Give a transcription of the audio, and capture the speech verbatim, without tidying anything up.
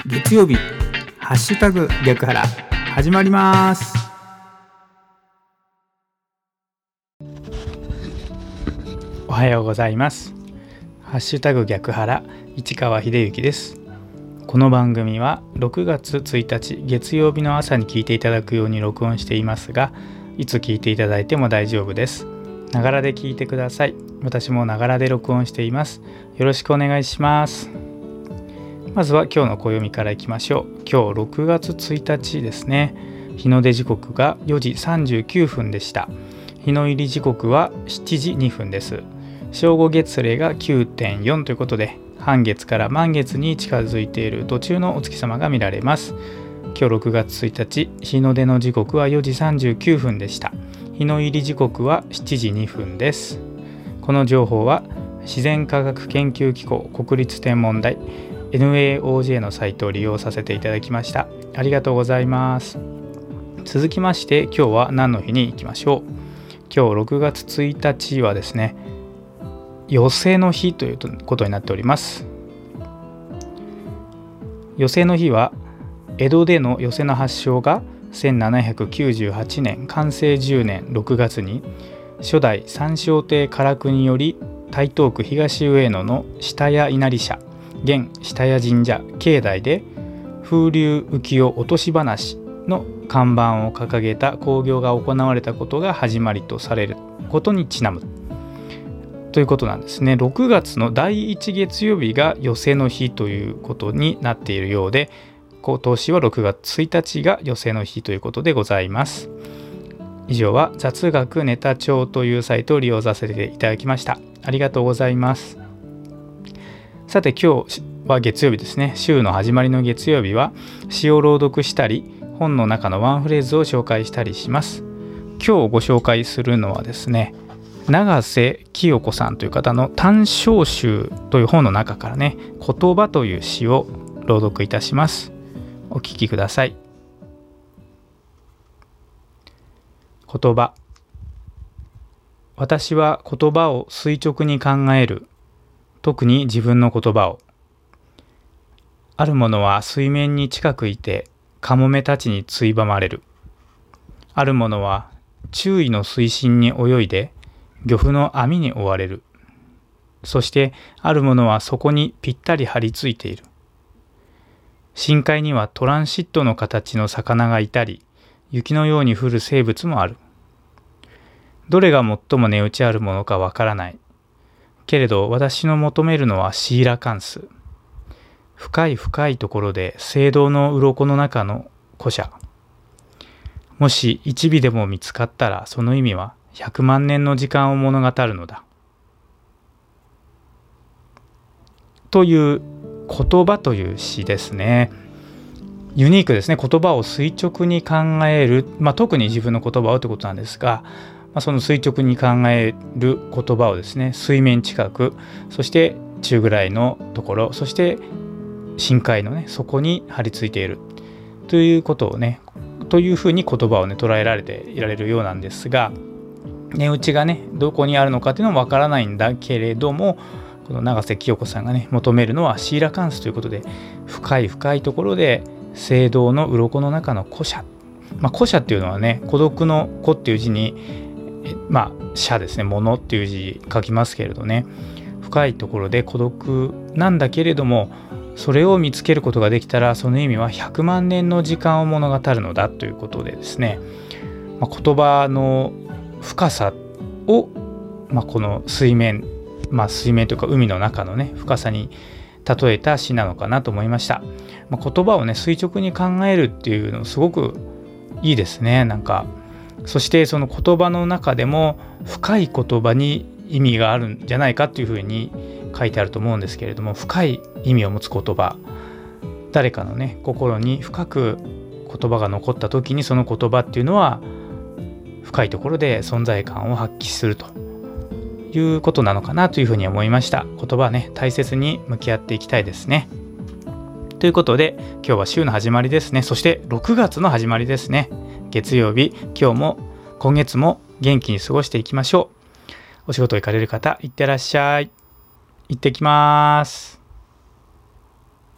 月曜日ハッシュタグ逆腹始まります。おはようございます。ハッシュタグ逆腹市川秀幸です。この番組はろくがつついたち月曜日の朝に聞いていただくように録音していますが、いつ聞いていただいても大丈夫です。ながらで聞いてください。私もながらで録音しています。よろしくお願いします。まずは今日の暦からいきましょう。今日ろくがつついたちですね。日の出時刻がよじさんじゅうきゅうふんでした。日の入り時刻はしちじにふんです。正午月齢が きゅうてんよん ということで、半月から満月に近づいている途中のお月様が見られます。今日ろくがつついたち、日の出の時刻はよじさんじゅうきゅうふんでした。日の入り時刻はしちじにふんです。この情報は自然科学研究機構国立天文台 エヌエーオージェー のサイトを利用させていただきました。ありがとうございます。続きまして今日は何の日に行きましょう。今日ろくがつついたちはですね、寄席の日ということになっております。寄席の日は江戸での寄席の発祥がせんななひゃくきゅうじゅうはちねん寛政じゅうねんろくがつに初代三笑亭唐国により台東区東上野の下谷稲荷社現下谷神社境内で風流浮世落とし話の看板を掲げた興行が行われたことが始まりとされることにちなむということなんですね。ろくがつのだいいち月曜日が寄席の日ということになっているようで、今年はろくがつついたちが寄席の日ということでございます。以上は雑学ネタ帳というサイトを利用させていただきました。ありがとうございます。さて今日は月曜日ですね。週の始まりの月曜日は詩を朗読したり本の中のワンフレーズを紹介したりします。今日ご紹介するのはですね、永瀬清子さんという方の短小集という本の中からね、言葉という詩を朗読いたします。お聞きください。言葉。私は言葉を垂直に考える。特に自分の言葉を。あるものは水面に近くいて、カモメたちについばまれる。あるものは周囲の水深に泳いで、漁夫の網に追われる。そしてあるものはそこにぴったり張り付いている。深海にはトランシットの形の魚がいたり、雪のように降る生物もある。どれが最も値打ちあるものかわからない。けれど私の求めるのはシーラカンス。深い深いところで青銅の鱗の中の古社。もし一尾でも見つかったらその意味はひゃくまんねんの時間を物語るのだ。という言葉という詩ですね。ユニークですね。言葉を垂直に考える、まあ、特に自分の言葉をということなんですが、まあ、その垂直に考える言葉をですね、水面近く、そして中ぐらいのところ、そして深海のね、そこに張り付いているということをね、というふうに言葉をね捉えられていられるようなんですが、値打ちがねどこにあるのかというのもわからないんだけれども、この永瀬清子さんがね求めるのはシーラカンスということで、深い深いところで青銅の鱗の中の古社、まあ、古社っていうのはね、孤独の孤っていう字にまあ社ですね、物っていう字書きますけれどね、深いところで孤独なんだけれども、それを見つけることができたらその意味はひゃくまんねんの時間を物語るのだということでですね、まあ、言葉の深さを、まあ、この水面、まあ、水面というか海の中のね深さに例えた詩なのかなと思いました。まあ、言葉をね垂直に考えるっていうのすごくいいですね。なんかそしてその言葉の中でも深い言葉に意味があるんじゃないかっていうふうに書いてあると思うんですけれども、深い意味を持つ言葉、誰かのね心に深く言葉が残った時にその言葉っていうのは深いところで存在感を発揮するということなのかなというふうに思いました。言葉はね大切に向き合っていきたいですね。ということで今日は週の始まりですね。そしてろくがつの始まりですね。月曜日、今日も今月も元気に過ごしていきましょう。お仕事行かれる方、いってらっしゃい。行ってきます。